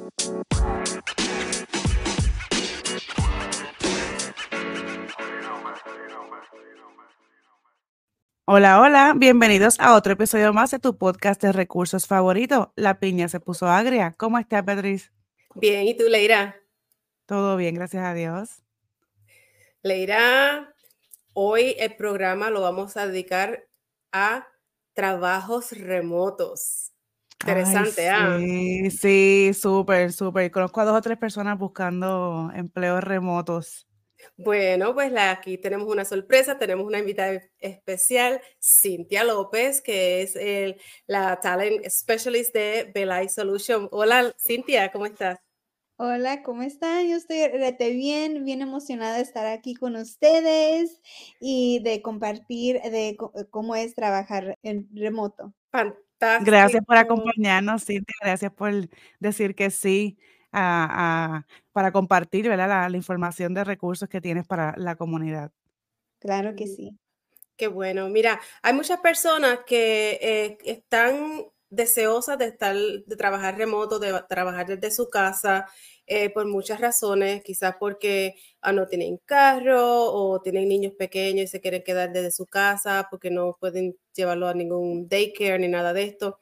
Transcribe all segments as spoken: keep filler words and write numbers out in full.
Hola, hola, bienvenidos a otro episodio más de tu podcast de recursos favorito. La piña se puso agria. ¿Cómo estás, Beatriz? Bien, ¿y tú, Leira? Todo bien, gracias a Dios. Leira, hoy el programa lo vamos a dedicar a trabajos remotos. Ay, Interesante, ¿ah? sí, sí, súper, súper. Conozco a dos o tres personas buscando empleos remotos. Bueno, pues la, aquí tenemos una sorpresa, tenemos una invitada especial, Cintia López, que es el, la Talent Specialist de Belay Solution. Hola, Cintia, ¿cómo estás? Hola, ¿cómo están? Yo estoy rete bien, bien emocionada de estar aquí con ustedes y de compartir de co- cómo es trabajar en remoto. Gracias por Fantástico. acompañarnos, Cintia. Gracias por decir que sí a, a- para compartir, ¿verdad? La, la información de recursos que tienes para la comunidad. Claro que sí. Qué bueno. Mira, hay muchas personas que eh, están deseosas de estar, de trabajar remoto, de trabajar desde su casa, eh, por muchas razones, quizás porque ah, no tienen carro o tienen niños pequeños y se quieren quedar desde su casa porque no pueden llevarlo a ningún daycare ni nada de esto,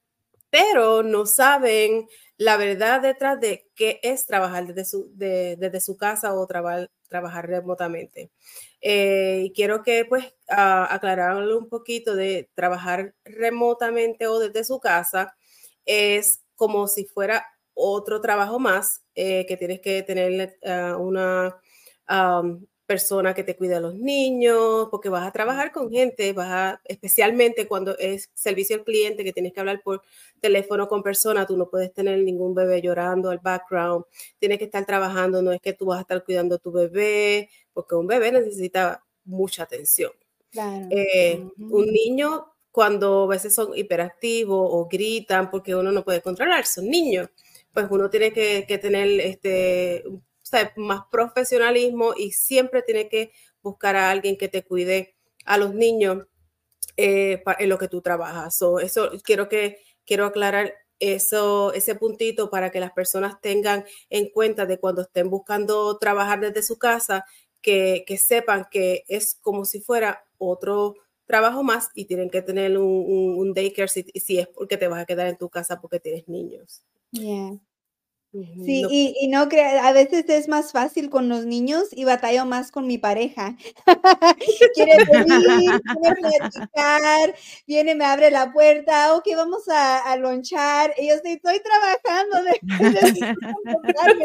pero no saben la verdad detrás de qué es trabajar desde su, de- desde su casa o traba- trabajar remotamente. Eh, y quiero que pues uh, aclararle un poquito de trabajar remotamente o desde su casa. Es como si fuera otro trabajo más, eh, que tienes que tener uh, una um, persona que te cuide a los niños, porque vas a trabajar con gente, vas a, especialmente cuando es servicio al cliente, que tienes que hablar por teléfono con personas, tú no puedes tener ningún bebé llorando al background, tienes que estar trabajando, no es que tú vas a estar cuidando a tu bebé, porque un bebé necesita mucha atención. Claro. Eh, Uh-huh. Un niño, cuando a veces son hiperactivos o gritan porque uno no puede controlar, son niños, pues uno tiene que, que tener este, o sea, más profesionalismo y siempre tiene que buscar a alguien que te cuide a los niños eh, en lo que tú trabajas. So, eso quiero que quiero aclarar eso, ese puntito para que las personas tengan en cuenta de cuando estén buscando trabajar desde su casa, que, que sepan que es como si fuera otro trabajo más y tienen que tener un, un, un daycare si, si es porque te vas a quedar en tu casa porque tienes niños. Yeah. Uh-huh. Sí, No. y, y no crea, a veces es más fácil con los niños y batallo más con mi pareja. Quiere venir, quiere platicar, viene, me abre la puerta, ok, vamos a, a lonchar. Y yo estoy, estoy trabajando, necesito encontrarme.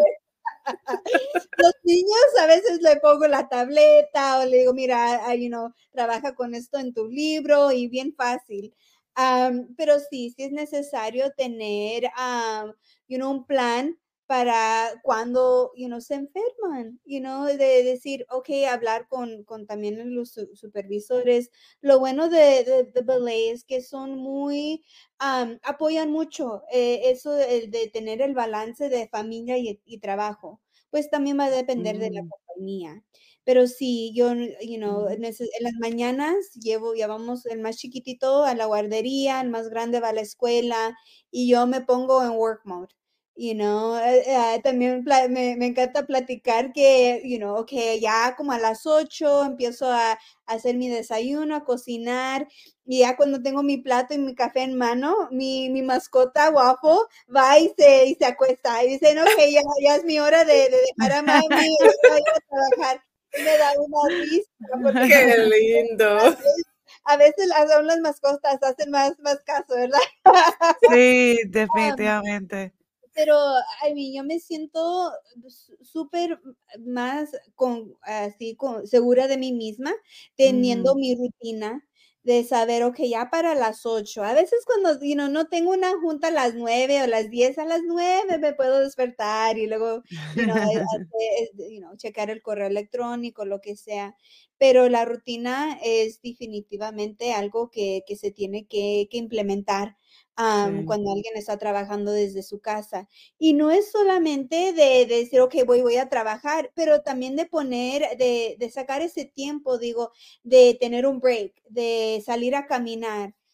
Los niños a veces le pongo la tableta o le digo, mira, uh, you know, trabaja con esto en tu libro y bien fácil. Um, pero sí, sí es necesario tener, um, you know, un plan para cuando, you know, se enferman, you know, de decir, ok, hablar con, con también los supervisores. Lo bueno de, de, de Belay es que son muy, um, apoyan mucho eh, eso de, de, tener el balance de familia y, y trabajo. Pues también va a depender mm. de la compañía. Pero sí, yo, you know, en, ese, en las mañanas llevo, llevamos el más chiquitito a la guardería, el más grande va a la escuela y yo me pongo en work mode. You know, eh, eh, también me, me encanta platicar que, you know, que ya como a las ocho empiezo a, a hacer mi desayuno, a cocinar, y ya cuando tengo mi plato y mi café en mano, mi, mi mascota Waffle va y se, y se acuesta y dice, no, que ya, ya es mi hora de, de dejar a mami y ir a trabajar. Y me da una risa. Porque ¡qué lindo! A veces, a veces aún las mascotas hacen más, más caso, ¿verdad? Sí, definitivamente. Pero a mí yo me siento súper más con, así, con, segura de mí misma, teniendo mm. mi rutina de saber, ok, ya para las ocho. A veces cuando you know, no tengo una junta a las nueve o las diez, a las nueve me puedo despertar y luego, you know, hacer, you know, checar el correo electrónico, lo que sea. Pero la rutina es definitivamente algo que, que se tiene que, que implementar. Um, sí. Cuando alguien está trabajando desde su casa. Y no es solamente de, de decir, ok, voy, voy a trabajar, pero también de poner, de, de sacar ese tiempo, digo, de tener un break, de salir a caminar.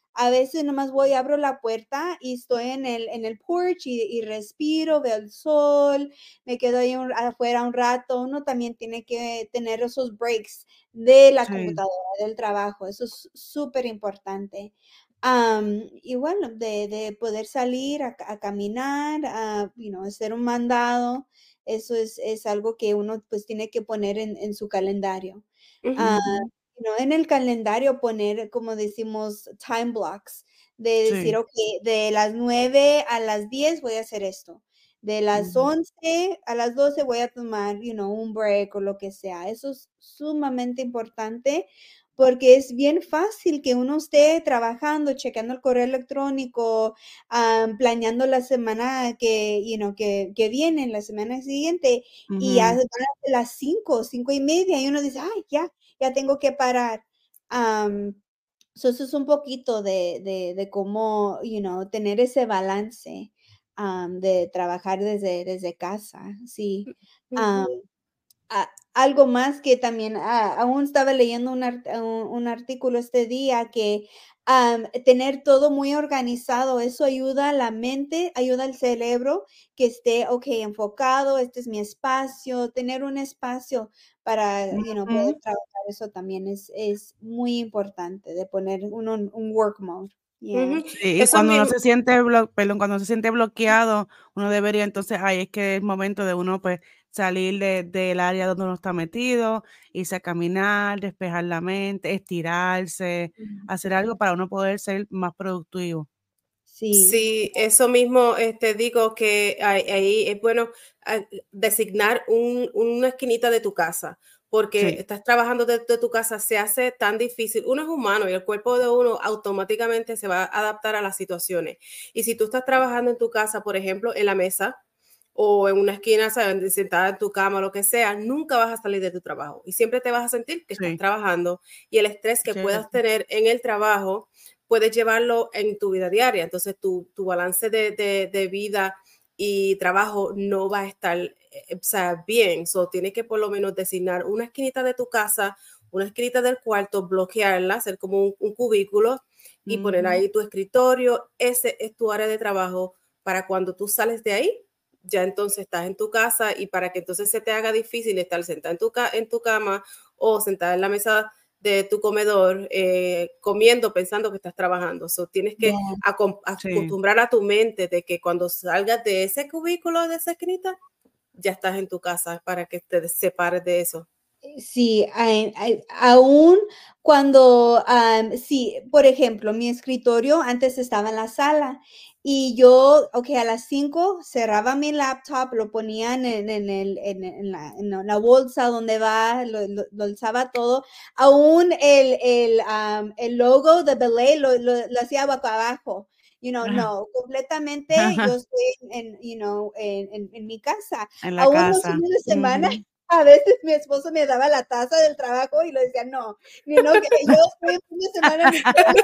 A veces nomás voy, abro la puerta y estoy en el, en el porch y, y respiro, veo el sol, me quedo ahí un- afuera un rato. Uno también tiene que tener esos breaks de la Sí, computadora, del trabajo. Eso es súper importante. Am, y bueno, de, de poder salir a, a caminar, a, you know, hacer un mandado, eso es, es algo que uno pues tiene que poner en, en su calendario. Ah, Ujú, ujú, you know, en el calendario poner, como decimos, time blocks, de decir, sí, ok, de las nueve a las diez voy a hacer esto. De las ujú, once a las doce voy a tomar, you know, un break o lo que sea. Eso es sumamente importante porque es bien fácil que uno esté trabajando, checando el correo electrónico, am, planeando la semana que, you know, que, que viene, la semana siguiente, y ya ujú, van a ser las cinco, cinco y media, y uno dice, ay, ya, ya tengo que parar. Am, so eso es un poquito de, de, de cómo, you know, tener ese balance, am, de trabajar desde, desde casa, sí. ujú. A- algo más que también, ah, aún estaba leyendo un, art- un- un artículo este día que am, tener todo muy organizado, eso ayuda a la mente, ayuda al cerebro que esté, ok, enfocado, este es mi espacio, tener un espacio para, you know, poder ujú. trabajar, eso también es, es muy importante de poner uno en un work mode. Yeah. Ujú. Sí, y Eso cuando uno mismo. se siente blo perdón, cuando se siente bloqueado, uno debería entonces, ahí es que es momento de uno, pues, salir de del área donde uno está metido, irse a caminar, despejar la mente, estirarse, Mm, hacer algo para uno poder ser más productivo. sí. Sí, eso mismo, este, digo que ahí, ahí es bueno ah, designar un- una esquinita de tu casa, porque Sí, estás trabajando desde tu casa, se hace tan difícil. Uno es humano y el cuerpo de uno automáticamente se va a adaptar a las situaciones. Y si tú estás trabajando en tu casa, por ejemplo, en la mesa o en una esquina, ¿sabes? Sentada en tu cama, lo que sea, nunca vas a salir de tu trabajo y siempre te vas a sentir que estás sí, trabajando y el estrés que puedas cierto. tener en el trabajo puedes llevarlo en tu vida diaria. Entonces, tu, tu balance de, de, de, vida y trabajo no va a estar eh, o sea, bien. So, tienes que por lo menos designar una esquinita de tu casa, una esquinita del cuarto, bloquearla, hacer como un, un cubículo y poner Ujú. ahí tu escritorio. Ese es tu área de trabajo para cuando tú sales de ahí, ya entonces estás en tu casa y para que entonces se te haga difícil estar sentada en tu, ca en tu cama o sentada en la mesa de tu comedor eh, comiendo pensando que estás trabajando. So, tienes que Yeah. Sí. acostumbrar a tu mente de que cuando salgas de ese cubículo, de esa esquinita, ya estás en tu casa para que te separes de eso. Sí, ai ai aún cuando, am, sí, por ejemplo, mi escritorio antes estaba en la sala y yo, okey, a las cinco cerraba mi laptop, lo ponía en en en el en en la en la bolsa donde va, lo lo lo alzaba todo. Aún el el, am, el logo de Belay lo lo lo hacía boca abajo, you know, no, completamente yo estoy en, you know, en en en mi casa. En la Aún los casa. fines de semana Ujú. a veces mi esposo me daba la taza del trabajo y le decía: "No, ni no, que yo estoy el fin de semana en mi casa",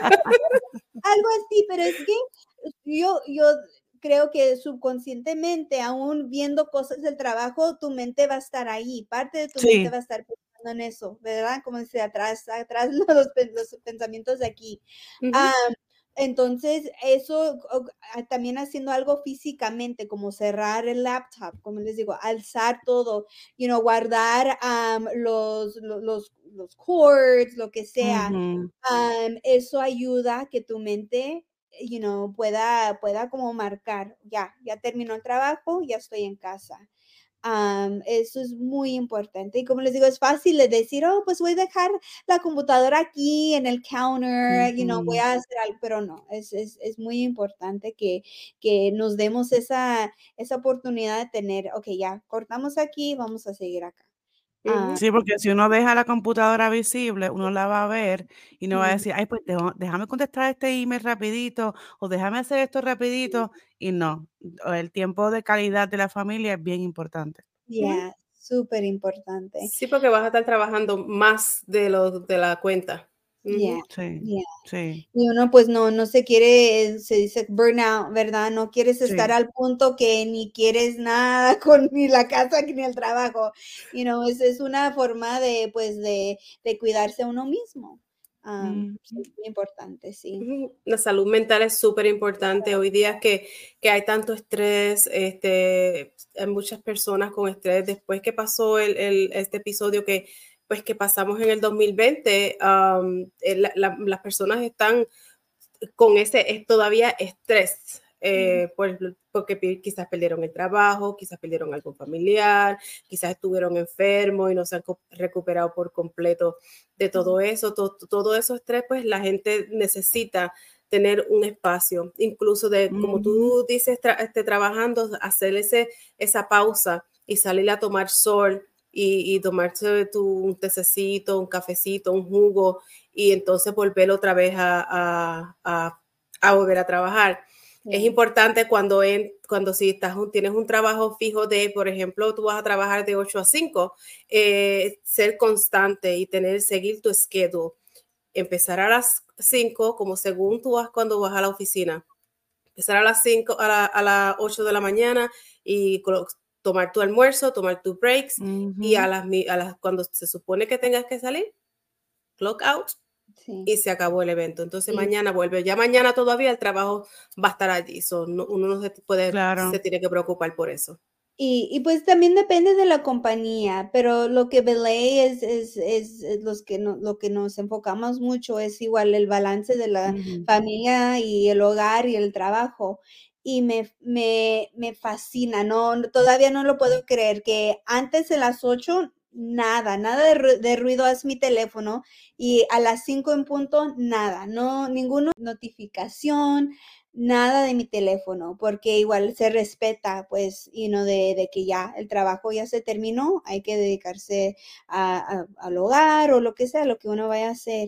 algo así, pero es que yo yo creo que subconscientemente, aún viendo cosas del trabajo, tu mente va a estar ahí, parte de tu mente Sí. va a estar pensando en eso, ¿verdad? Como dice, atrás atrás los pen los pensamientos de aquí. Ujú. Ah, entonces, eso o ah, también haciendo algo físicamente, como cerrar el laptop, como les digo, alzar todo, you know, guardar, am, los lo los los cords, lo que sea, Ujú. am, eso ayuda a que tu mente, you know, pueda pueda como marcar, ya, ya terminó el trabajo, ya estoy en casa. Am, eso es muy importante. Y como les digo, es fácil de decir, oh, pues voy a dejar la computadora aquí en el counter, you know, voy Ujú. a hacer algo, pero no, es, es, es muy importante que, que nos demos esa, esa oportunidad de tener, ok, ya cortamos aquí, vamos a seguir acá. Ah, Ujú. Sí, porque si uno deja la computadora visible, uno la va a ver y no va a mm, decir: "Ay, pues dejo déjame contestar este email rapidito, o déjame hacer esto rapidito", y no, o el tiempo de calidad de la familia es bien importante. Ujú. yeah, súper importante. Sí, porque vas a estar trabajando más de lo de la cuenta. Yeah, Ujú. Sí, yeah. sí, Y uno, pues, no no se quiere, eh, se dice burnout, ¿verdad? No quieres estar sí, al punto que ni quieres nada con ni la casa ni el trabajo, you know, es es una forma de, pues, de de cuidarse a uno mismo. Um, Mm. sí, muy importante, sí. Ujú. La salud mental es súper importante. Hoy día que, que hay tanto estrés, este, hay muchas personas con estrés. Después que pasó el, el- este episodio que, pues, que pasamos en el dos mil veinte, um, eh, la- la- las personas están con ese es todavía estrés, eh, por- porque pi- quizás perdieron el trabajo, quizás perdieron algún familiar, quizás estuvieron enfermos y no se han co- recuperado por completo de todo eso. To- todo eso estrés, pues la gente necesita tener un espacio, incluso de, como Ujú. tú dices, tra- este, trabajando, hacer ese, esa pausa y salir a tomar sol y, y tomarse tu, un tececito, un cafecito, un jugo, y entonces volver otra vez a, a, a, a volver a trabajar. Es Sí. importante cuando, en, cuando si estás un, tienes un trabajo fijo de, por ejemplo, tú vas a trabajar de ocho a cinco, eh, ser constante y tener, seguir tu schedule. Empezar a las cinco, como según tú vas cuando vas a la oficina. Empezar a las cinco, a, la, a las ocho de la mañana y tomar tu almuerzo, tomar tus breaks, y a Ujú. las, a las, cuando se supone que tengas que salir, clock out, Sí. y se acabó el evento. Entonces Sí. mañana vuelve. Ya mañana todavía el trabajo va a estar allí. So, no, uno no se, puede, Claro. se tiene que preocupar por eso. Y, y pues también depende de la compañía, pero lo que Belay es, es, es, es los que no, lo que nos enfocamos mucho es igual el balance de la Ujú. familia y el hogar y el trabajo. Y me, me, me fascina, no, no- todavía no lo puedo creer que antes de las ocho nada, nada de, ru- de ruido es mi teléfono y a las cinco en punto, nada, no, ninguna notificación, nada de mi teléfono, porque igual se respeta, pues, y no de, de que ya el trabajo ya se terminó, hay que dedicarse a, a- al hogar o lo que sea, lo que uno vaya a hacer.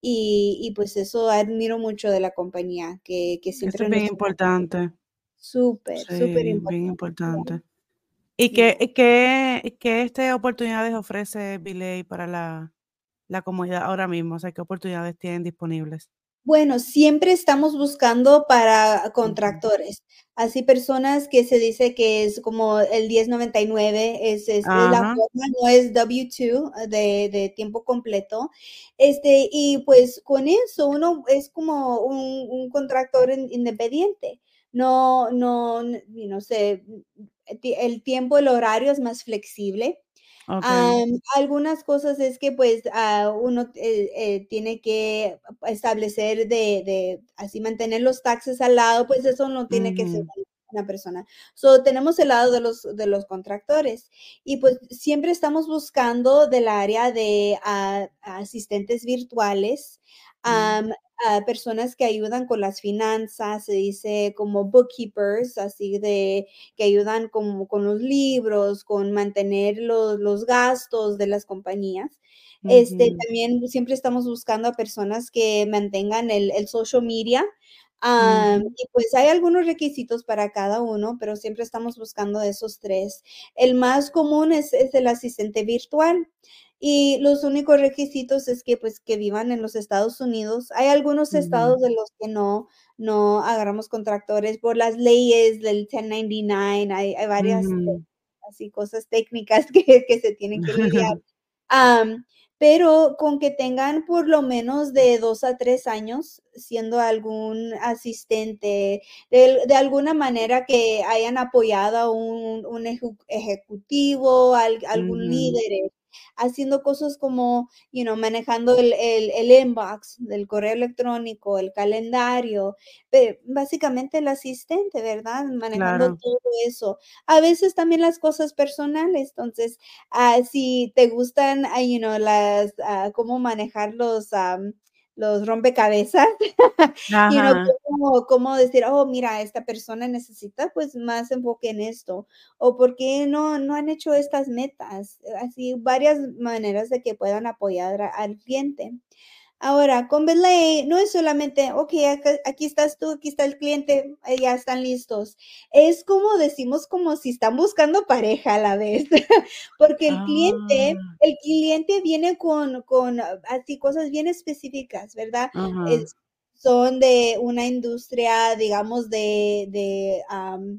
Y, y pues eso admiro mucho de la compañía, que, que Eso siempre es nos bien importante. súper, súper Sí, bien importante. importante. ¿Y qué, Yeah. y qué, qué este, oportunidades ofrece Belay para la, la comunidad ahora mismo? O sea, ¿qué oportunidades tienen disponibles? Bueno, siempre estamos buscando para Ujú. contractores, así personas que se dice que es como el diez noventa y nueve, es, es, es la Ajá. forma, no es W dos de, de tiempo completo. Este, y pues con eso uno es como un, un contractor in- independiente. No, no, n- y no sé, ti- el tiempo, el horario es más flexible. Ok. Am, algunas cosas es que, pues, ah, uno, eh, eh, tiene que establecer de de así mantener los taxes al lado, pues, eso no tiene que ser Ujú. una persona. So, tenemos el lado de los de los contractores y, pues, siempre estamos buscando del área de, ah, asistentes virtuales, Mm. am, a personas que ayudan con las finanzas, se dice como bookkeepers, así de que ayudan como con los libros, con mantener los, los gastos de las compañías. Este, Ujú. también siempre estamos buscando a personas que mantengan el, el social media. am, Ujú. y pues hay algunos requisitos para cada uno, pero siempre estamos buscando de esos tres. El más común es, es el asistente virtual. Y los únicos requisitos es que pues que vivan en los Estados Unidos. Hay algunos Ujú. estados de los que no, no agarramos contractores por las leyes del diez noventa y nueve, hay, hay varias eh, Ujú. así cosas técnicas que, que se tienen que lidiar. Am, pero con que tengan por lo menos de dos a tres años siendo algún asistente, de, de alguna manera que hayan apoyado a un, un eju- ejecutivo, al- algún Ujú. líder, eh, haciendo cosas como, you know, manejando el, el, el inbox del correo electrónico, el calendario, pe- básicamente el asistente, ¿verdad? Manejando Claro. todo eso. A veces también las cosas personales, entonces, ah, si te gustan, ah, you know, las, ah, cómo manejar los, am, los rompecabezas, you know, Ajá. cómo, cómo decir, oh, mira, esta persona necesita pues más enfoque en esto, o por qué no, no han hecho estas metas, así varias maneras de que puedan apoyar a- al cliente. Ahora, con Belay no es solamente, ok, acá- aquí estás tú, aquí está el cliente, eh, ya están listos. Es como decimos, como si están buscando pareja a la vez, porque el cliente, Ah. el cliente viene con, con ah, así cosas bien específicas, ¿verdad? Ajá. Es- son de una industria, digamos, de, de am,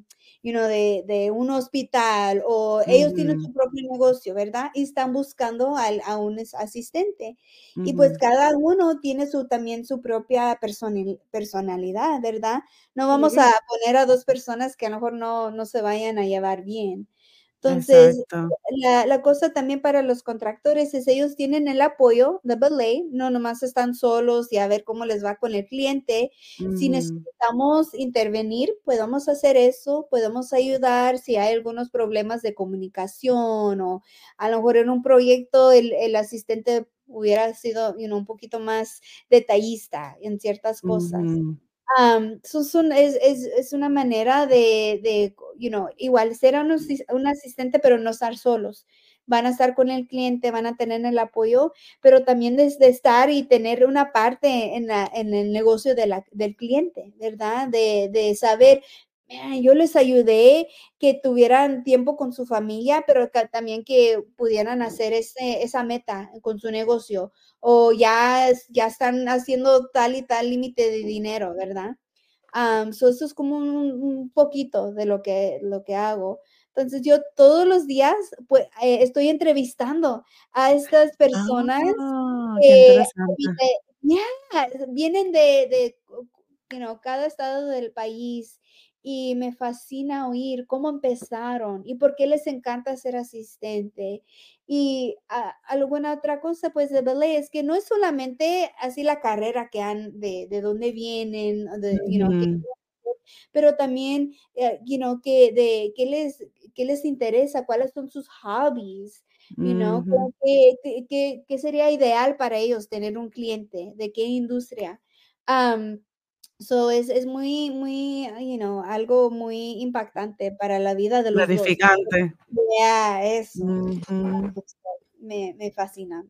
you know, de, de un hospital o ellos tienen Ujú, su propio negocio, ¿verdad? Y están buscando al, a un es- asistente. Y pues ujú, cada uno tiene su, también su propia personil- personalidad, ¿verdad? No vamos Ujú. a poner a dos personas que a lo mejor no, no se vayan a llevar bien. Entonces, exacto. la, la cosa también para los contractores es ellos tienen el apoyo de Belay, no nomás están solos y a ver cómo les va con el cliente. Si Ujú, necesitamos intervenir, podemos hacer eso, podemos ayudar si hay algunos problemas de comunicación o a lo mejor en un proyecto el, el asistente hubiera sido, you know, un poquito más detallista en ciertas cosas. ujú, Am, so son es es es una manera de de, you know, igual ser un asis un asistente, pero no estar solos. Van a estar con el cliente, van a tener el apoyo, pero también desde estar y tener una parte en la en el negocio de la del cliente, ¿verdad? De de saber, mira, yo les ayudé que tuvieran tiempo con su familia, pero que también que pudieran hacer ese esa meta con su negocio o ya, es- ya están haciendo tal y tal límite de dinero, ¿verdad? Am, so eso es como un, un poquito de lo que, lo que hago. Entonces yo todos los días pues, eh, estoy entrevistando a estas personas Ah, qué eh, interesante. y de yeah, vienen de de, you know, cada estado del país, y me fascina oír cómo empezaron y por qué les encanta ser asistente. Y, ah, alguna otra cosa, pues, de ballet es que no es solamente así la carrera que han de de dónde vienen, de, you know, qué Ujú, pero también, eh, you know, que de qué les qué les interesa, cuáles son sus hobbies, you know, ujú. como que qué qué qué sería ideal para ellos tener un cliente, de qué industria. Am, so es es muy muy, you know, algo muy impactante para la vida de los dos. Gratificante. Yeah, eso. Ujú. Me me fascina,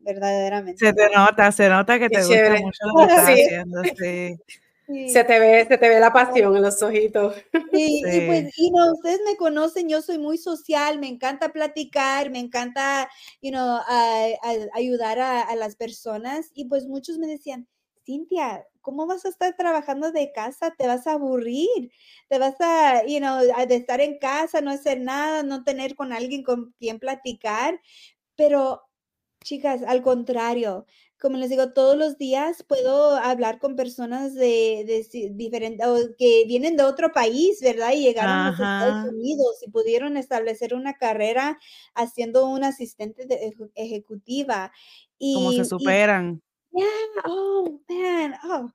Se verdaderamente. te nota, se nota que Qué te gusta chévere. mucho lo que estás Sí, haciendo, sí, se Sí. te ve, se te ve la pasión en los ojitos. Y y pues, sí. y no, ustedes me conocen, yo soy muy social, me encanta platicar, me encanta, you know, a a ayudar a a las personas, y pues muchos me decían: "Cintia, ¿cómo vas a estar trabajando de casa? Te vas a aburrir, te vas a, you know, a de estar en casa, no hacer nada, no tener con alguien con quien platicar". Pero, chicas, al contrario, como les digo, todos los días puedo hablar con personas de de si diferente o que vienen de otro país, ¿verdad? Y llegaron a los Estados Ajá, Unidos y pudieron establecer una carrera haciendo un asistente de eju ejecutiva. cómo se Y y superan. Yeah, oh, man, oh.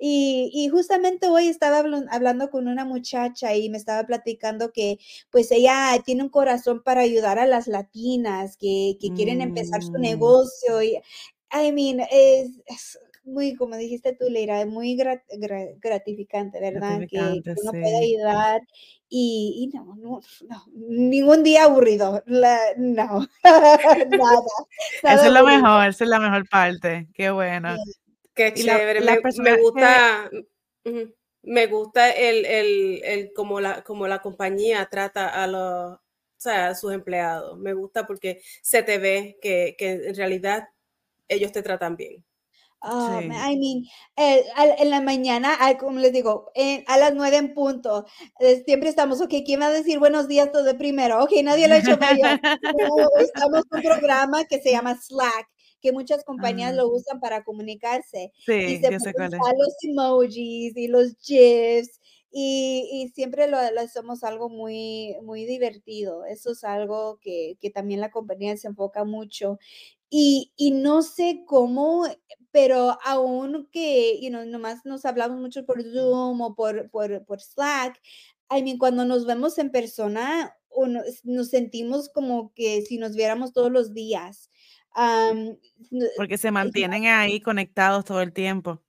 Y y justamente hoy estaba hablan hablando con una muchacha y me estaba platicando que, pues, ella tiene un corazón para ayudar a las latinas que que quieren empezar su Mm, negocio y, I mean, es es muy, como dijiste tú, Leira, muy grat gra gratificante, ¿verdad? Que gratificante, que uno pueda sí. ayudar y y no, no, no, ningún día aburrido, la no, nada, Eso nada es lo aburrido. mejor, esa es la mejor parte, qué bueno. Sí. Qué Y la chévere. las Me, me personas que gusta, ujú, me gusta el, el, el como la, como la compañía trata a los, o sea, a sus empleados. Me gusta porque se te ve que, que en realidad ellos te tratan bien. Oh, man, sí. I mean, eh, al en la mañana, ay, como les digo, eh, a las nueve en punto, eh, siempre estamos, okey, ¿quién va a decir buenos días todo primero? Okey, nadie lo ha hecho, vaya. No, usamos un programa que se llama Slack, que muchas compañías Ah, lo usan para comunicarse, y sí, se yo sé pueden cuál es. usar los emojis y los GIFs, y y siempre lo lo hacemos algo muy muy divertido. Eso es algo que que también la compañía se enfoca mucho. Y y no sé cómo pero aún que, you know, nomás nos hablamos mucho por Zoom o por por por Slack, I mean, cuando nos vemos en persona, o nos nos sentimos como que si nos viéramos todos los días. Am, n Porque se ya mantienen ahí conectados todo el tiempo.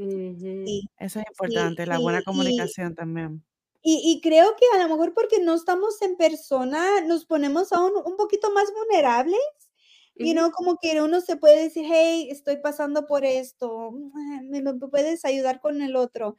Ujú. sí, Eso es sí, importante, la buena y y comunicación también. y y creo que a lo mejor porque no estamos en persona, nos ponemos aún un poquito más vulnerables, you Ujú. know, como que uno se puede decir: "Hey, estoy pasando por esto, ¿me me puedes ayudar con el otro?".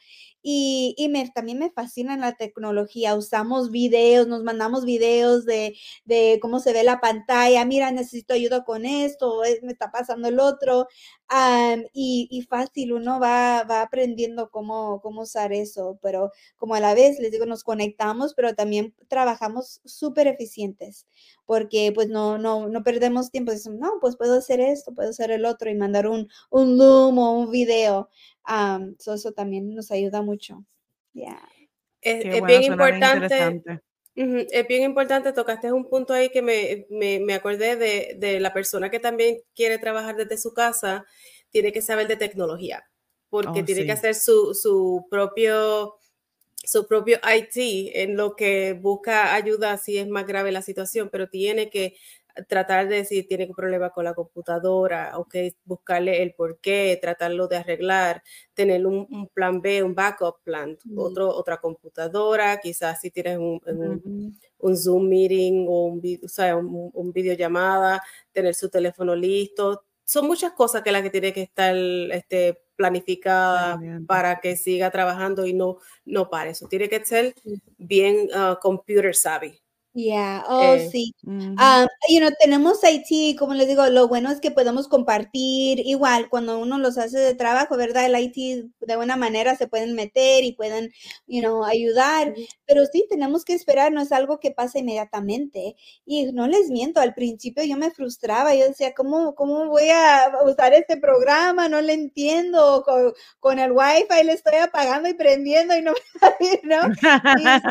Y y me también me fascina la tecnología, usamos videos, nos mandamos videos de de cómo se ve la pantalla: "Mira, necesito ayuda con esto, eh, me está pasando el otro". Am, y, y fácil, uno va, va aprendiendo cómo, cómo usar eso, pero como a la vez, les digo, nos conectamos, pero también trabajamos súper eficientes, porque pues no, no, no perdemos tiempo. Decimos, no, pues puedo hacer esto, puedo hacer el otro y mandar un, un Loom o un video. Am, so eso también nos ayuda mucho. Yeah. Es, Qué es bueno, bien suena bien importante. interesante. Ujú, es bien importante, tocaste un punto ahí que me, me, me acordé de, de la persona que también quiere trabajar desde su casa, tiene que saber de tecnología, porque Oh, tiene que sí. hacer su, su propio, su propio I T en lo que busca ayuda si es más grave la situación, pero tiene que tratar de si tiene un problema con la computadora, ok, buscarle el por qué, tratarlo de arreglar, tener un, un plan B, un backup plan, otro, otra computadora, quizás si tienes un, un, Ujú. un Zoom meeting o, un, vi- o sea, un, un videollamada, tener su teléfono listo. Son muchas cosas que las que tiene que estar este, planificada Pendiente. para que siga trabajando y no, no pare. Eso tiene que ser bien uh, computer savvy. Yeah, oh, Eh, sí. Ujú. Ah, you know, tenemos I T, como les digo, lo bueno es que podemos compartir, igual cuando uno los hace de trabajo, ¿verdad? El I T de buena manera se pueden meter y pueden, you know, ayudar, Ujú. pero sí tenemos que esperar, no es algo que pasa inmediatamente. Y no les miento, al principio yo me frustraba, yo decía, ¿cómo, cómo voy a usar este programa? No le entiendo, con, con el Wi-Fi le estoy apagando y prendiendo y no me va a ir, ¿no? Y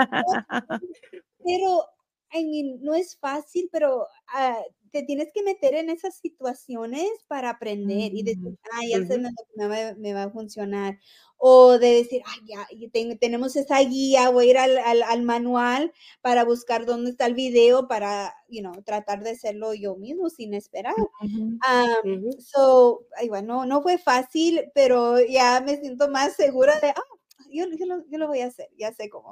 pero, I mean, no es fácil, pero, ah, te tienes que meter en esas situaciones para aprender y decir: Ujú. "Ah, ya sé Ujú. me me va me va a funcionar", o de decir: "Ay, ya, y ten tenemos esa guía, voy a ir al al al manual para buscar dónde está el video para, you know, tratar de hacerlo yo mismo sin esperar". Ujú. Am, Ujú. so, ay, bueno, no fue fácil, pero ya me siento más segura de: "Ah, yo yo lo yo lo voy a hacer, ya sé cómo".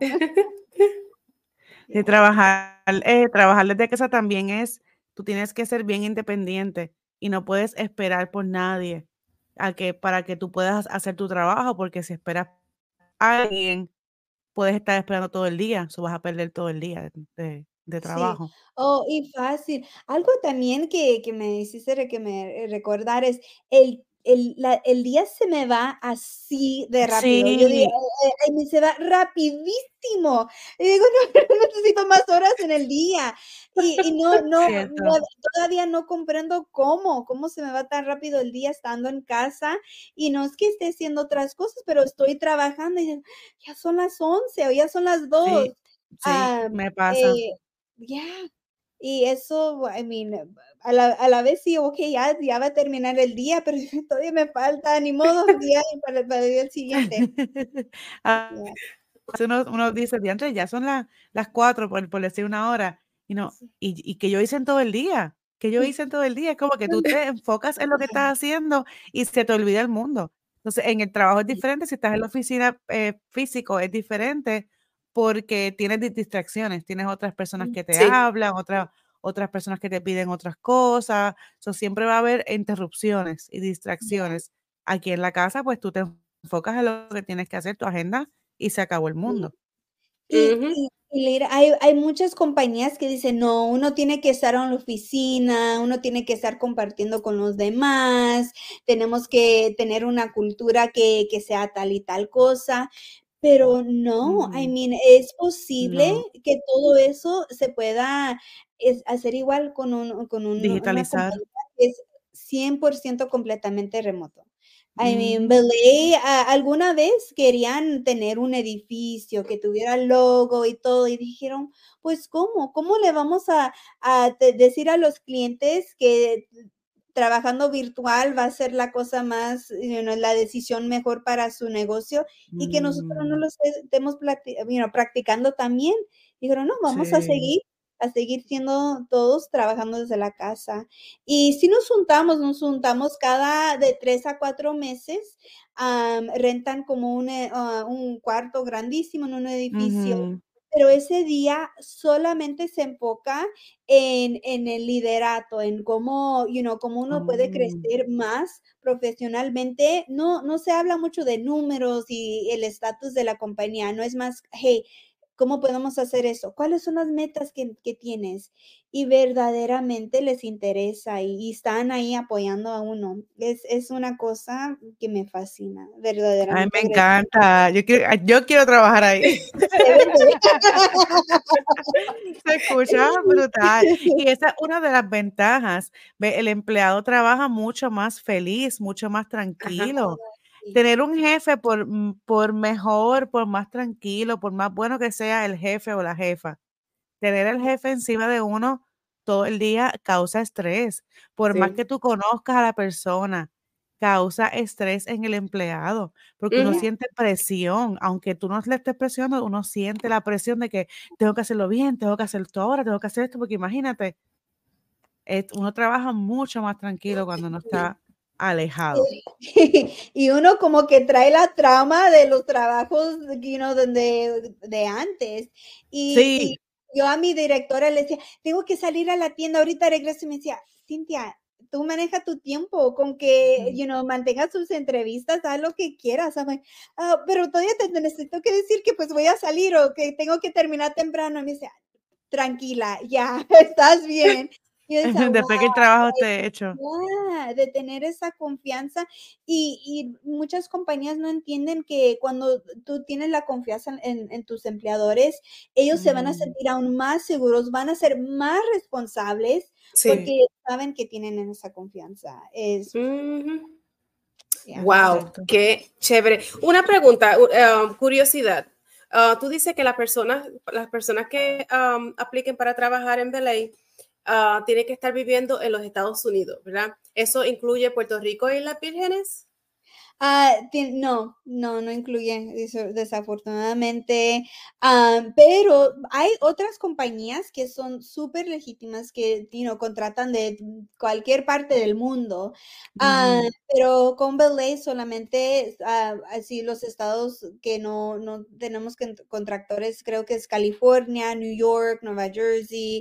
Sí, Yeah. trabajar, eh, trabajar desde casa también es, tú tienes que ser bien independiente y no puedes esperar por nadie a que, para que tú puedas hacer tu trabajo, porque si esperas a alguien, puedes estar esperando todo el día, eso vas a perder todo el día de, de- de Sí. trabajo. Oh, y fácil. Algo también que que me hiciste re que me eh, recordar es el el la el día se me va así de rápido. Yo digo, Sí, eh, ay, me se va rapidísimo. Y digo: "No, necesito más horas en el día". Y y no no no, cierto. todavía no comprendo cómo, cómo se me va tan rápido el día estando en casa. Y no es que esté haciendo otras cosas, pero estoy trabajando y digo: "Ya son las once o ya son las dos". Sí, sí, Ah, me pasa. eh ya, y eso, I mean, a la a la vez sí, okey, ya ya va a terminar el día, pero todavía me falta, ni modo, día para para el día siguiente. A Yeah, veces uno, uno dice, diantre, ya son las, las cuatro, por, por decir una hora, y no, sí. y, y que yo hice en todo el día, que yo hice en todo el día, es como que tú te enfocas en lo que Yeah, estás haciendo y se te olvida el mundo. Entonces, en el trabajo es diferente, si estás en la oficina eh, físico es diferente porque tienes di- distracciones, tienes otras personas que te Sí. hablan, otras otras personas que te piden otras cosas, so, siempre va a haber interrupciones y yeah, distracciones. Aquí en la casa, pues tú te enfocas en lo que tienes que hacer, tu agenda, y se acabó el sí. mundo. Y Ujú. y y mira, hay hay muchas compañías que dicen: "No, uno tiene que estar en la oficina, uno tiene que estar compartiendo con los demás, tenemos que tener una cultura que que sea tal y tal cosa", pero no, I Ujú. mean, es posible No, que todo eso se pueda es hacer igual con un con un una digitalizar. compañía que es cien por ciento completamente remoto. I mean, Ujú, Belay, a alguna vez querían tener un edificio que tuviera logo y todo, y dijeron: "Pues, ¿cómo? ¿Cómo le vamos a a de decir a los clientes que trabajando virtual va a ser la cosa más, you know, la decisión mejor para su negocio, y que nosotros no mm, lo esté estemos plati you know, practicando también?". Dijeron: "No, vamos a sí, seguir a seguir siendo todos trabajando desde la casa". Y sí nos juntamos, nos juntamos cada de tres a cuatro meses, am, rentan como un, eh, ah, un cuarto grandísimo en un edificio, ujú, pero ese día solamente se enfoca en en el liderato, en cómo, you know, cómo uno puede oh, crecer más profesionalmente. No no se habla mucho de números y el estatus de la compañía, no es más: "Hey, ¿cómo podemos hacer eso? ¿Cuáles son las metas que, que tienes? Y verdaderamente les interesa y, y están ahí apoyando a uno. Es, es una cosa que me fascina, Ay, verdaderamente me agradecida. encanta. Yo quiero, ay, yo quiero trabajar ahí. Se escucha brutal. Y esa es una de las ventajas. Ve, el empleado trabaja mucho más feliz, mucho más Ajá. tranquilo. Sí. Tener un jefe, por, mm, por mejor, por más tranquilo, por más bueno que sea el jefe o la jefa, tener el jefe encima de uno todo el día causa estrés. Por más Sí. que tú conozcas a la persona, causa estrés en el empleado, porque uno Ujú. siente presión, aunque tú no le estés presionando, uno siente la presión de que tengo que hacerlo bien, tengo que hacer esto ahora, tengo que hacer esto, porque imagínate, eh, uno trabaja mucho más tranquilo cuando uno Sí. está alejado. Y uno como que trae la trama de los trabajos, you know, de, de antes. Y, Sí. y yo a mi directora le decía, tengo que salir a la tienda, ahorita regreso. Y me decía, Cintia, tú maneja tu tiempo con que, you know, mantengas tus entrevistas, haz lo que quieras. I'm like, "Ah, pero todavía te necesito que decir que pues voy a salir o que tengo que terminar temprano". Y me decía, tranquila, ya, estás bien. Y yo decía, Después que el trabajo esté hecho. yeah, de tener esa confianza y, y muchas compañías no entienden que cuando tú tienes la confianza en, en tus empleadores, ellos se van a Mm, sentir aún más seguros, van a ser más responsables Sí. porque saben que tienen esa confianza. Es, Ujú. yeah. Wow, exacto. qué chévere. Una pregunta, u- eh, curiosidad. Ah, tú dices que las personas, las personas que um, apliquen para trabajar en Belay ah, tienen que estar viviendo en los Estados Unidos, ¿verdad? ¿Eso incluye Puerto Rico y las Vírgenes? Ah, ti- no, no, no incluye eso, desafortunadamente. Am, pero hay otras compañías que son súper legítimas que, you know, contratan de cualquier parte del mundo. Ah, Ujú. pero con Belay solamente, ah, así los estados que no, no tenemos con- contractores, creo que es California, New York, Nueva Jersey,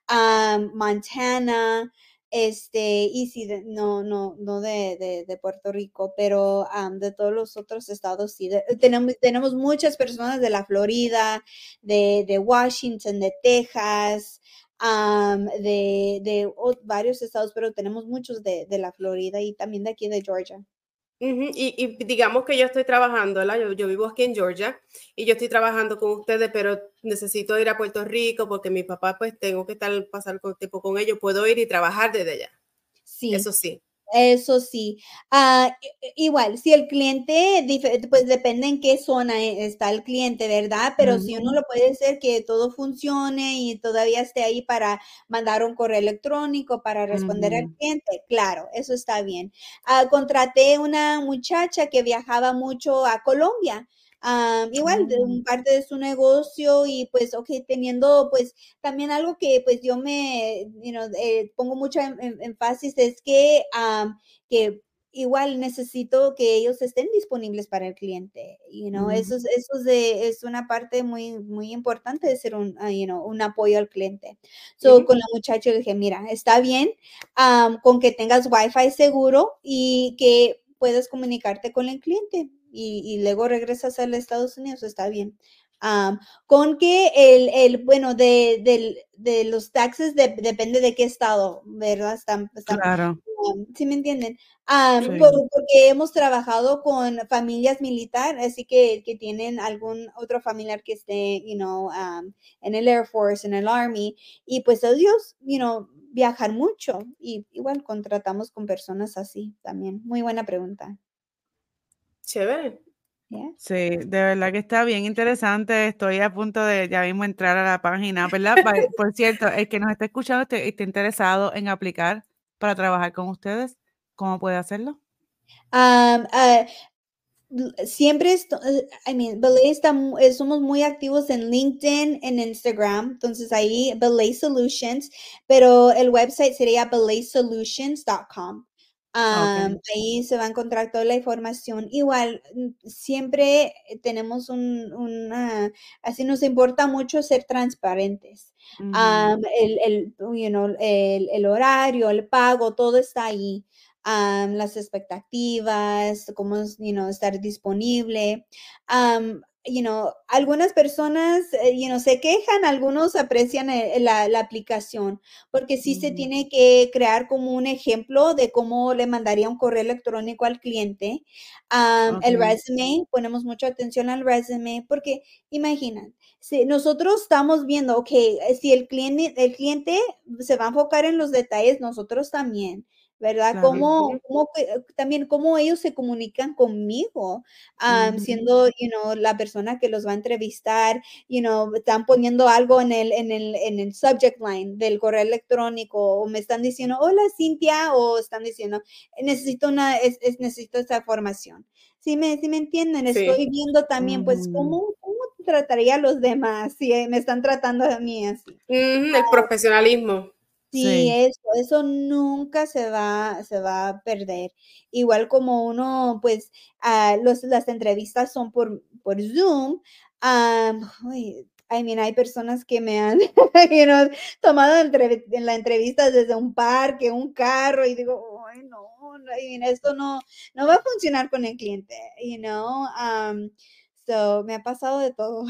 am, Montana. Este, y sí, de- no, no, no de, de, de Puerto Rico, pero am, de todos los otros estados, sí. de- tenemos, tenemos muchas personas de la Florida, de, de Washington, de Texas, am, de, de o- varios estados, pero tenemos muchos de, de la Florida y también de aquí de Georgia. Ujú. Y, y digamos que yo estoy trabajando, ¿verdad? Yo, yo vivo aquí en Georgia y yo estoy trabajando con ustedes, pero necesito ir a Puerto Rico porque mi papá, pues tengo que estar, pasar con, tiempo con ellos. Puedo ir y trabajar desde allá. Sí. Eso sí. Eso sí. Ah, i- i- igual, si el cliente, dife- pues depende en qué zona e- está el cliente, ¿verdad? Pero si uno Ujú. lo puede hacer que todo funcione y todavía esté ahí para mandar un correo electrónico, para responder al Ujú. cliente, claro, eso está bien. Ah, contraté una muchacha que viajaba mucho a Colombia. Ah, igual, de Oh. un parte de su negocio y pues, ok, teniendo pues también algo que pues yo me, you know, eh, pongo mucho en, en- énfasis es que, am, que igual necesito que ellos estén disponibles para el cliente, you know, eso, es- Ujú. eso es, de- es una parte muy, muy importante de ser un, ah, you know, un apoyo al cliente. So, Ujú. con la muchacha le dije, mira, está bien, am, con que tengas Wi-Fi seguro y que puedas comunicarte con el cliente y, y luego regresas a los Estados Unidos, está bien. Am, con que el, el bueno, de, del- de los taxes de- depende de qué estado, ¿verdad? Están, están, Claro, um, ¿sí me entienden? Am, por- sí. porque hemos trabajado con familias militares, así que, que tienen algún otro familiar que esté, you know, am, en el Air Force, en el Army, y pues ellos, you know, viajan mucho, y igual contratamos con personas así también. Muy buena pregunta. Chévere. Yeah. Sí, de verdad que está bien interesante. Estoy a punto de ya mismo entrar a la página, ¿verdad? Pa- Por cierto, el que nos está escuchando esté, esté interesado en aplicar para trabajar con ustedes, ¿cómo puede hacerlo? Am, ah, l- siempre, esto- eh, I mean, Belay está, mu- eh, somos muy activos en LinkedIn, en Instagram, entonces ahí Belay Solutions, pero el website sería belay solutions punto com. Ok. Am, ahí se va a encontrar toda la información. Igual, mm, siempre tenemos un, una, así nos importa mucho ser transparentes. Ujú. Am, el, el, you know, el, el horario, el pago, todo está ahí. Am, las expectativas, cómo es, you know, estar disponible. Am, you know, algunas personas, eh, you know, se quejan, algunos aprecian eh, la, la aplicación, porque sí se Ujú. tiene que crear como un ejemplo de cómo le mandaría un correo electrónico al cliente. Um, el Ok. resume, ponemos mucha atención al resume, porque imaginan, si nosotros estamos viendo, ok, eh, si el cliente, el cliente se va a enfocar en los detalles, nosotros también, ¿verdad? Claro. Cómo, Ujú. cómo que- también cómo ellos se comunican conmigo, um, Ujú. siendo, you know, la persona que los va a entrevistar, you know, están poniendo algo en el, en el, en el subject line del correo electrónico, o me están diciendo, hola Cintia, o están diciendo, necesito una, es, es- necesito esta información. ¿Sí me, sí me entienden? Sí. Estoy viendo también, pues, Ujú. cómo, cómo trataría a los demás si eh, me están tratando a mí así. Ujú, el profesionalismo. Sí, Sí. eso, eso nunca se va, se va a perder. Igual como uno, pues, ah, los, las entrevistas son por, por Zoom. am, uy, I mean, hay personas que me han, you know, tomado entrev- en la entrevista desde un parque, un carro, y digo, ay, no, no, I mean, esto no, no va a funcionar con el cliente, you know. am, so, me ha pasado de todo.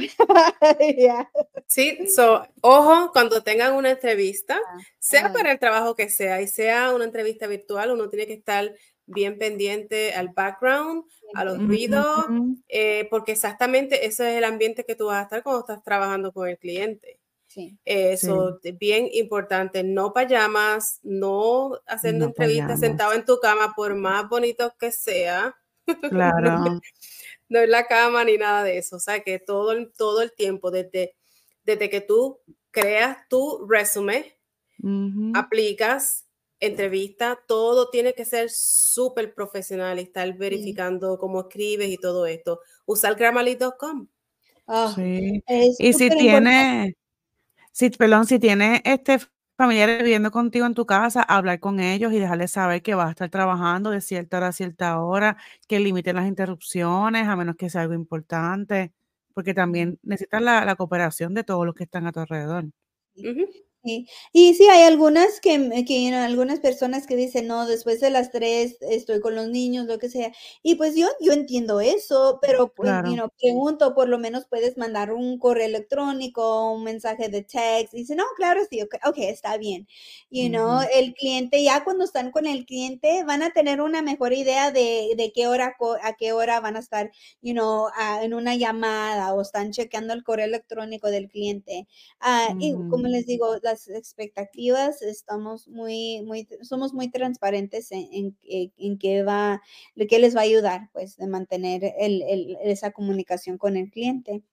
Yeah. Sí, so, ojo, cuando tengan una entrevista, sea Ay, para el trabajo que sea y sea una entrevista virtual, uno tiene que estar bien pendiente al background, a los siempre. ruidos, Ujú. eh, porque exactamente ese es el ambiente que tú vas a estar cuando estás trabajando con el cliente. Sí. Eso Sí. es bien importante, no payamas, no haciendo No entrevistas sentado fallamos. en tu cama, por más bonito que sea. No, Claro. no en la cama ni nada de eso. O sea que todo, el- todo el tiempo, desde, desde que tú creas tu resumen, Ujú. aplicas, entrevista, todo tiene que ser súper profesional y estar Sí. verificando cómo escribes y todo esto. Usar grammarly punto com. Ah, Sí. es Y si súper importante. tiene, si, perdón, si tiene este familiares viviendo contigo en tu casa, hablar con ellos y dejarles saber que vas a estar trabajando de cierta hora a cierta hora, que limiten las interrupciones, a menos que sea algo importante, porque también necesitas la, la cooperación de todos los que están a tu alrededor. Sí, Ujú. sí. Y sí, hay algunas que, mm, que, you know, algunas personas que dicen, no, después de las tres estoy con los niños, lo que sea. Y pues yo, yo entiendo eso, pero pues, you Claro. know, pregunto, por lo menos puedes mandar un correo electrónico, un mensaje de text. Y dice, no, claro, sí, ok, ok, está bien. You know, Ujú. el cliente, ya cuando están con el cliente, van a tener una mejor idea de, de qué hora, co- a qué hora van a estar, you know, ah, en una llamada o están chequeando el correo electrónico del cliente. Ah, y Ujú. como les digo, las expectativas estamos muy, muy, somos muy transparentes en, en, en- en qué va, de qué les va a ayudar, pues, de mantener el, el- esa comunicación con el cliente.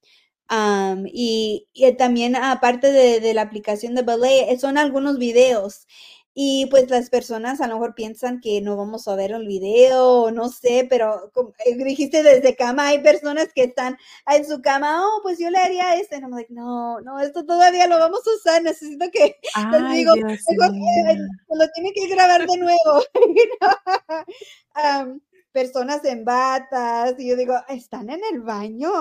Am, y, y también, aparte de, de la aplicación de Belay, son algunos videos. Y pues las personas a lo mejor piensan que no vamos a ver el video, o no sé, pero como eh, dijiste desde cama, hay personas que están en su cama, oh, pues yo le haría este. And I'm like, no, no, esto todavía lo vamos a usar, necesito que, les Ay, digo, Dios mejor que, eh, mío. lo tiene que grabar de nuevo. you know. Am, personas en batas, y yo digo, ¿están en el baño?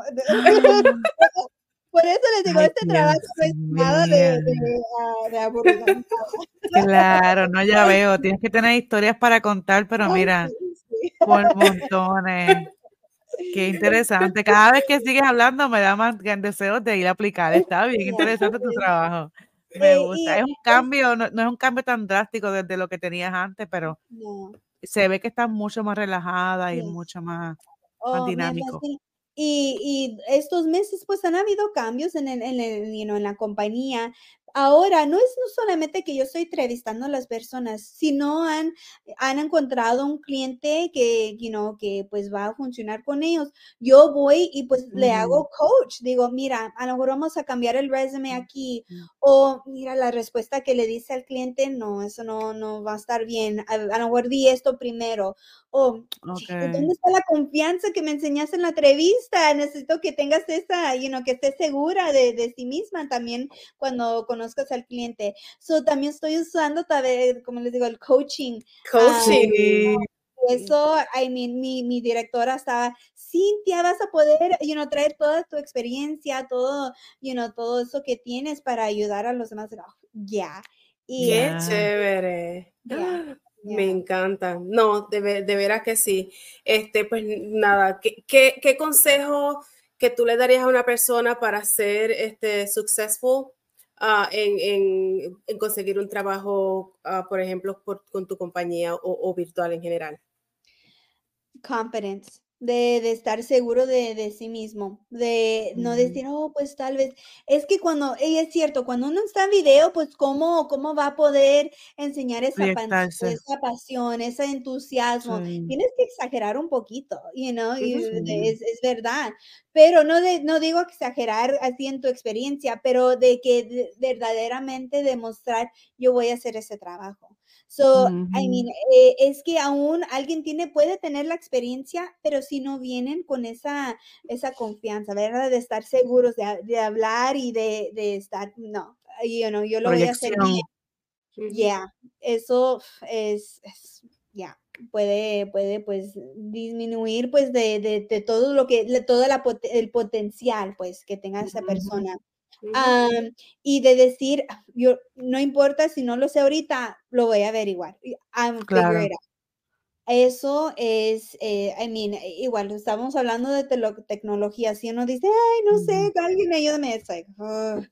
Ah, Por eso les digo, ay, este trabajo Dios no es nada de, mío. de, ah, de aburrido. Nada. Claro, no, ya veo. Tienes que tener historias para contar, pero Ay, mira, sí, sí. por montones. Qué interesante. Cada vez que sigues hablando me da más gan- deseos de ir a aplicar. Está bien Yeah. interesante tu trabajo. Me Eh, gusta. y Es un es, cambio, no, no es un cambio tan drástico desde lo que tenías antes, pero no, se ve que estás mucho más relajada y yes. mucho más, más Oh, me dinámico. fascina. Y, y estos meses, pues han habido cambios en el, en el, you know, en la compañía. Ahora, no es no solamente que yo estoy entrevistando a las personas, sino han, han encontrado un cliente que, you know, que pues va a funcionar con ellos. Yo voy y pues le Ujú, hago coach. Digo, mira, a lo mejor vamos a cambiar el resume aquí. O mira, la respuesta que le dice al cliente, no, eso no, no va a estar bien. A, a lo mejor di esto primero. O Ok. ¿dónde está la confianza que me enseñaste en la entrevista? Necesito que tengas esa, you know, que estés segura de, de sí misma también cuando conozcas al cliente. So, también estoy usando, tal vez, como les digo, el coaching. ah, Coaching. Sí. Eso, I mean, mi, mi directora estaba, Cintia, vas a poder, you know, traer toda tu experiencia, todo, you know, todo eso que tienes para ayudar a los demás. Oh, ya. Y Qué Ya. chévere. ya, ¡Ah! Me ya. encanta. No, de, ve- de veras que sí. Este, pues nada, ¿qué, qué, qué consejo que tú le darías a una persona para ser este, successful uh, en, en, en conseguir un trabajo, uh, por ejemplo, por, con tu compañía o, o virtual en general? Confidence, de de estar seguro de de sí mismo, de no Ujú. decir: "Oh, pues tal vez". Es que cuando y es cierto, cuando uno está en video, pues, ¿cómo cómo va a poder enseñar esa pan Proyectarse. esa pasión, ese entusiasmo? Sí. Tienes que exagerar un poquito, you know, y Ujú. de Sí. es es verdad. Pero no de no digo exagerar así en tu experiencia, pero de que de verdaderamente demostrar: "Yo voy a hacer ese trabajo". So, I mean, Ujú. eh, es que aún alguien tiene puede tener la experiencia, pero si no vienen con esa esa confianza, ¿verdad? De estar seguros de ha de hablar y de de estar no, you know, yo lo voy a hacer bien. Proyección. Ujú. Yeah, eso es es ya, puede puede, pues, disminuir, pues, de de de todo lo que de toda la pote el potencial, pues, que tenga esa Ujú. persona. Ujú. Am, y de decir: "Ah, yo no importa si no lo sé ahorita, lo voy a averiguar, y I'll figure Claro. it out". Eso es, eh, I mean, igual estábamos hablando de telo tecnología, si uno dice: "Ay, no Ujú. sé, alguien ayúdame", it's like, ugh,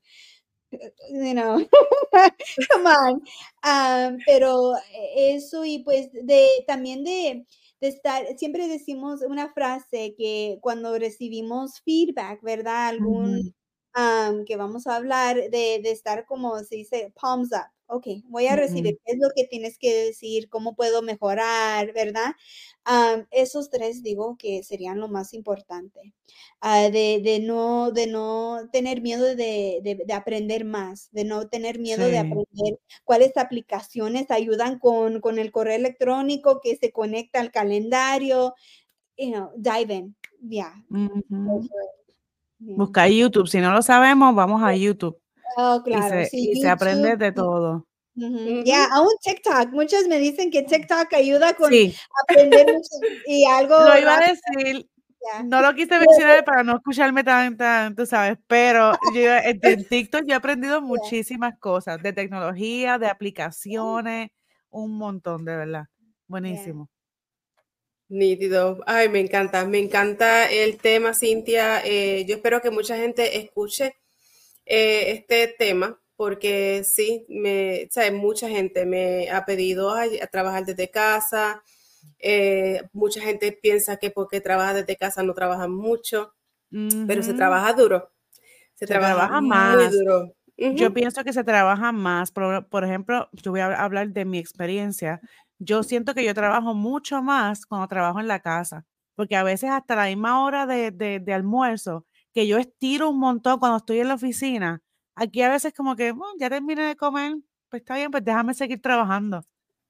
you know, come on. Am, pero e eso y, pues, de también de de estar siempre decimos una frase que cuando recibimos feedback, ¿verdad? Algún Ujú. am, que vamos a hablar de de estar como se dice, palms up. Okey, voy a recibir, Ujú. ¿qué es lo que tienes que decir? ¿Cómo puedo mejorar? ¿Verdad? Am, esos tres digo que serían lo más importante, ah, de de no de no tener miedo de de de aprender más, de no tener miedo de Sí. aprender cuáles aplicaciones ayudan con con el correo electrónico que se conecta al calendario, you know, dive in, yeah, go Ujú. for it, yeah. Buscar YouTube, si no lo sabemos, vamos a YouTube Oh, y claro, se sí, y se aprende YouTube, de sí. todo. Ujú, Ujú. ya, aún TikTok, muchos me dicen que TikTok ayuda con Sí. aprender mucho y Lo algo iba a rápido, decir, ya. no lo quise mencionar para no escucharme tan tan, tú sabes, pero yo iba en en TikTok yo he aprendido Yeah. muchísimas cosas, de tecnología, de aplicaciones, un montón, de verdad. Yeah. Buenísimo. Nítido. Ay, me encanta, me encanta el tema, Cintia. Eh, yo espero que mucha gente escuche eh, este tema, porque sí, me, o sea, mucha gente me ha pedido ay, a trabajar desde casa. Eh, mucha gente piensa que porque trabaja desde casa no trabaja mucho, pero se Ujú. trabaja duro, se Se trabaja trabaja muy más. duro. Yo Ujú. pienso que se trabaja más, por por ejemplo, yo voy a hablar de mi experiencia. Yo siento que yo trabajo mucho más cuando trabajo en la casa, porque a veces hasta la misma hora de de de almuerzo, que yo estiro un montón cuando estoy en la oficina, aquí a veces como que, bueno, ya terminé de comer, pues está bien, pues déjame seguir trabajando.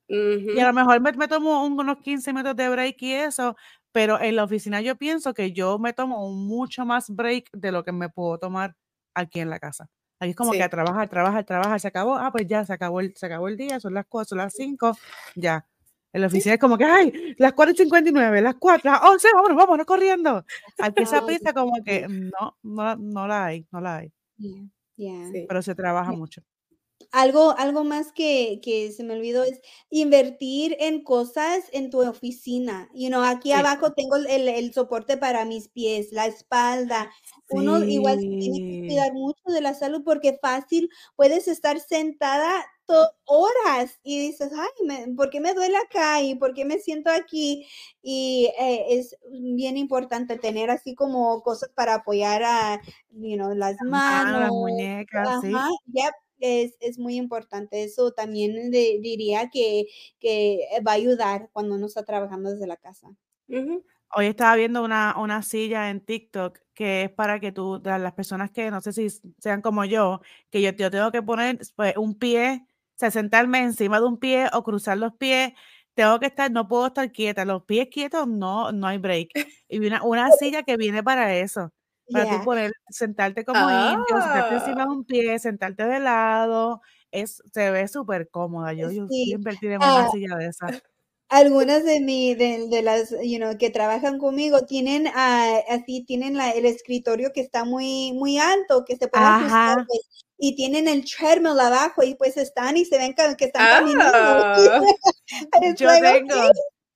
Y a Ujú. lo mejor me me tomo un unos quince minutos de break y eso, pero en la oficina yo pienso que yo me tomo un mucho más break de lo que me puedo tomar aquí en la casa. Aquí es como que a Sí. trabajar, trabajar, trabajar, se acabó, ah, pues ya se acabó el se acabó el día, son las cua son las cinco, ya. En la Sí. oficina es como que, ay, las cuatro y cincuenta y nueve, las cuatro, las once, vámonos, vámonos corriendo. Aquí esa Um, prisa como sí. que no, no no la hay, no la hay, Yeah, yeah. Sí. pero se trabaja mucho. Algo algo más que que se me olvidó es invertir en cosas en tu oficina. You know, aquí Sí. abajo tengo el el el soporte para mis pies, la espalda. Uno igual se tiene que Sí. cuidar mucho de la salud, porque fácil puedes estar sentada to horas y dices: "Ay, me ¿por qué me duele acá? ¿Y por qué me siento aquí?". Y, eh, es bien importante tener así como cosas para apoyar a, you know, las Las manos, manos. las muñecas, sí. Ajá, yep. Es es muy importante. Eso también de diría que que va a ayudar cuando uno está trabajando desde la casa. Ujú. Hoy estaba viendo una una silla en TikTok que es para que tú la las personas que no sé si s sean como yo, que yo yo tengo que poner, pues, un pie, o sea, sentarme encima de un pie o cruzar los pies, tengo que estar no puedo estar quieta, los pies quietos no no hay break. Y vi una una silla que viene para eso, para tú Yeah. poder sentarte como indio, sentarte encima Ah. de un pie, sentarte de lado, es se ve supercómoda. Yo yo voy a Sí, invertir en una ah, silla de esas. algunas de mi de de las, you know, que trabajan conmigo tienen, ah, así tienen la el escritorio que está muy muy alto, que se puede ajustar, Ajá. pues, y tienen el treadmill abajo y, pues, están y se ven ca que están caminando. Ah. It's Yo like, okey. tengo.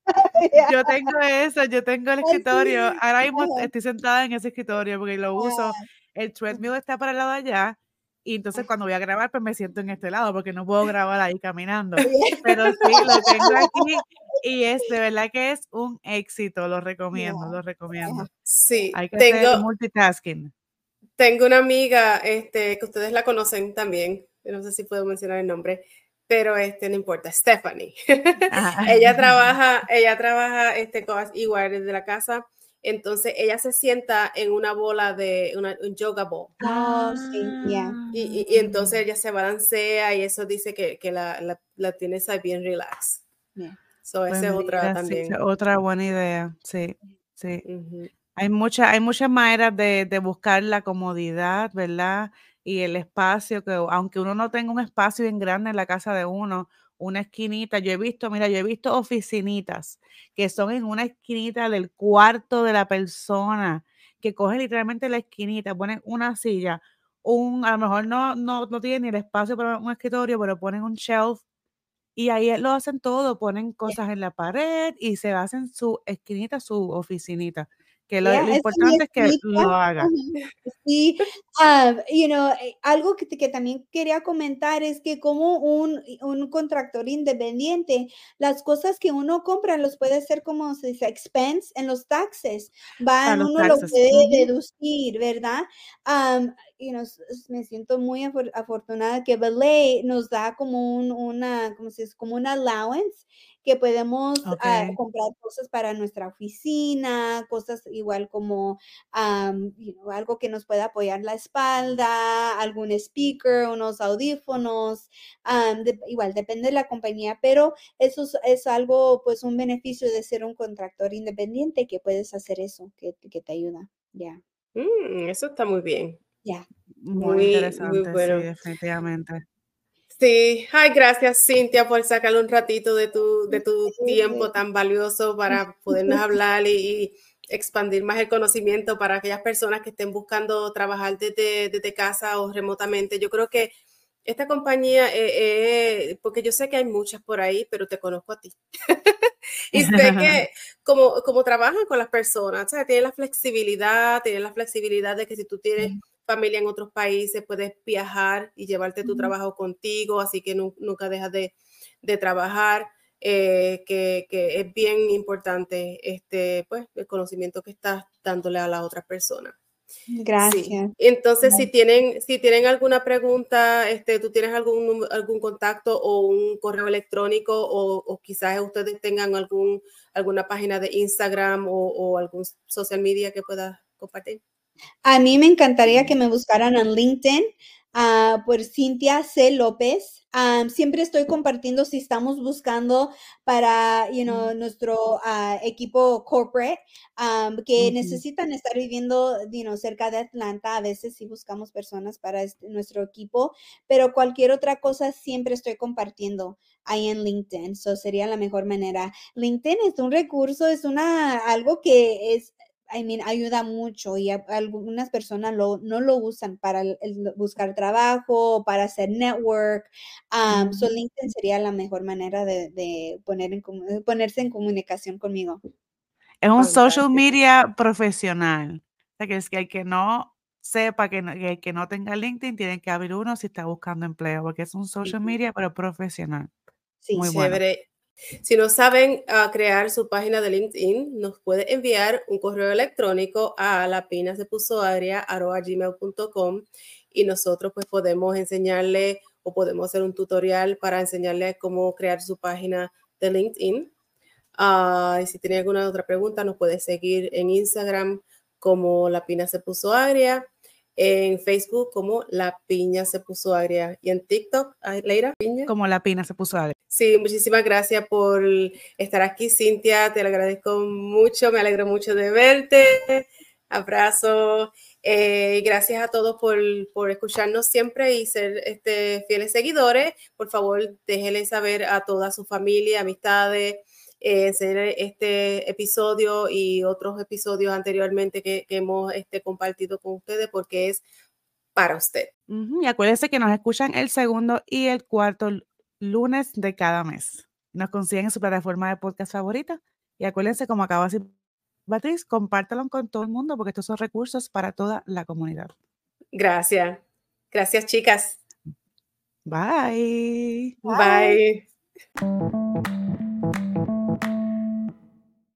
Yo tengo eso, yo tengo el escritorio. Así. Ahora mismo Ajá. estoy sentada en ese escritorio porque lo uso. Ah, El ujú. treadmill está para el lado de allá. Y entonces Ah. cuando voy a grabar, pues me siento en este lado porque no puedo grabar ahí caminando. Yeah. Pero sí, lo tengo aquí y es de verdad que es un éxito. Lo Yeah. recomiendo, lo Ajá. recomiendo. Sí, Hay que tengo, hacer multitasking. tengo una amiga este, que ustedes la conocen también. Yo no sé si puedo mencionar el nombre, pero este, no importa, Stephanie. Ajá. ella trabaja, ella trabaja este, cosas igual desde la casa. Entonces ella se sienta en una bola de una, un yoga ball. Oh, sí, yeah. Y, y, y entonces ella se balancea y eso dice que, que la, la, la tienes ahí bien relax. Yeah. So, Pues esa es otra mira, sí, también. otra buena idea. Sí, sí. Ujú. Hay muchas, hay muchas maneras de, de buscar la comodidad, ¿verdad? Y el espacio, que aunque uno no tenga un espacio bien grande en la casa de uno, una esquinita, yo he visto, mira, yo he visto oficinitas que son en una esquinita del cuarto de la persona, que cogen literalmente la esquinita, ponen una silla, un, a lo mejor no, no, no tienen ni el espacio para un escritorio, pero ponen un shelf y ahí lo hacen todo, ponen Yeah. cosas en la pared y se hacen su esquinita, su oficinita, que lo, Yeah, lo esa es mi importante es que esquinita. lo haga. Ujú. Sí, ah, you know, eh, algo que, que también quería comentar es que como un, un contractor independiente, las cosas que uno compra los puede hacer como se dice expense en los taxes, Para van, los uno lo taxes. puede Ujú. deducir, ¿verdad? Um, you know, s- s- me siento muy afor- afortunada que Belay nos da como un, una, ¿cómo se dice? Como una allowance que podemos ah, Ok. comprar cosas para nuestra oficina, cosas igual como am, you know, algo que nos pueda apoyar la espalda, algún speaker, unos audífonos, am, de- igual depende de la compañía, pero eso es, es algo, pues un beneficio de ser un contractor independiente que puedes hacer eso, que, que te ayuda. Ya, Mm, eso está muy bien. ya. Muy Muy, muy interesante, sí, bueno. definitivamente. Sí, ay, gracias Cintia por sacarle un ratito de tu, de tu Sí. tiempo tan valioso para podernos hablar y, y expandir más el conocimiento para aquellas personas que estén buscando trabajar desde, desde casa o remotamente. Yo creo que esta compañía, eh, eh, porque yo sé que hay muchas por ahí, pero te conozco a ti. Y sé que como, como trabajan con las personas, o sea, tienen la flexibilidad, tienen la flexibilidad de que si tú tienes familia en otros países, puedes viajar y llevarte tu trabajo contigo, así que nu nunca dejas de, de trabajar, eh, que, que, es bien importante este, pues, el conocimiento que estás dándole a las otras personas. Gracias. Sí, entonces si tienen, si tienen alguna pregunta, este, tú tienes algún, algún contacto o un correo electrónico o, o quizás ustedes tengan algún, alguna página de Instagram o, o algún social media que puedas compartir. A mí me encantaría que me buscaran en LinkedIn uh, por Cintia C. López. Um, siempre estoy compartiendo si estamos buscando para, you know, nuestro uh, equipo corporate um, que Ujú. necesitan estar viviendo, you know, cerca de Atlanta. A veces sí buscamos personas para este, nuestro equipo, pero cualquier otra cosa siempre estoy compartiendo ahí en LinkedIn. Eso sería la mejor manera. LinkedIn es un recurso, es una algo que es I mean, ayuda mucho y a, algunas personas lo, no lo usan para el, el buscar trabajo, para hacer network. Um, so LinkedIn sería la mejor manera de, de poner en, ponerse en comunicación conmigo. Es un social Fantástico. media profesional. O sea, que es que el que no sepa, que, no, que el que no tenga LinkedIn, tiene que abrir uno si está buscando empleo, porque es un social media, pero profesional. Sí. Muy bueno. Chévere. Si no saben uh, crear su página de LinkedIn, nos puede enviar un correo electrónico a lapinasepusoagria arroba gmail punto com y nosotros pues podemos enseñarle o podemos hacer un tutorial para enseñarle cómo crear su página de LinkedIn. Uh, y si tiene alguna otra pregunta, nos puede seguir en Instagram como La Pina Se Puso Agria, en Facebook como La Piña Se Puso Agria y en TikTok, Leira Piña. Como La Pina Se Puso Agria. Sí, muchísimas gracias por estar aquí, Cintia. Te lo agradezco mucho. Me alegro mucho de verte. Abrazo. Eh, gracias a todos por, por escucharnos siempre y ser este, fieles seguidores. Por favor, déjenle saber a toda su familia, amistades, eh, este episodio y otros episodios anteriormente que, que hemos este, compartido con ustedes porque es para usted. Uh-huh. Y acuérdense que nos escuchan el segundo y el cuarto lunes de cada mes. Nos consiguen en su plataforma de podcast favorita Y acuérdense, como acaba de decir Beatriz, compártelo con todo el mundo porque estos son recursos para toda la comunidad. Gracias. Gracias, chicas. Bye. Bye. Bye.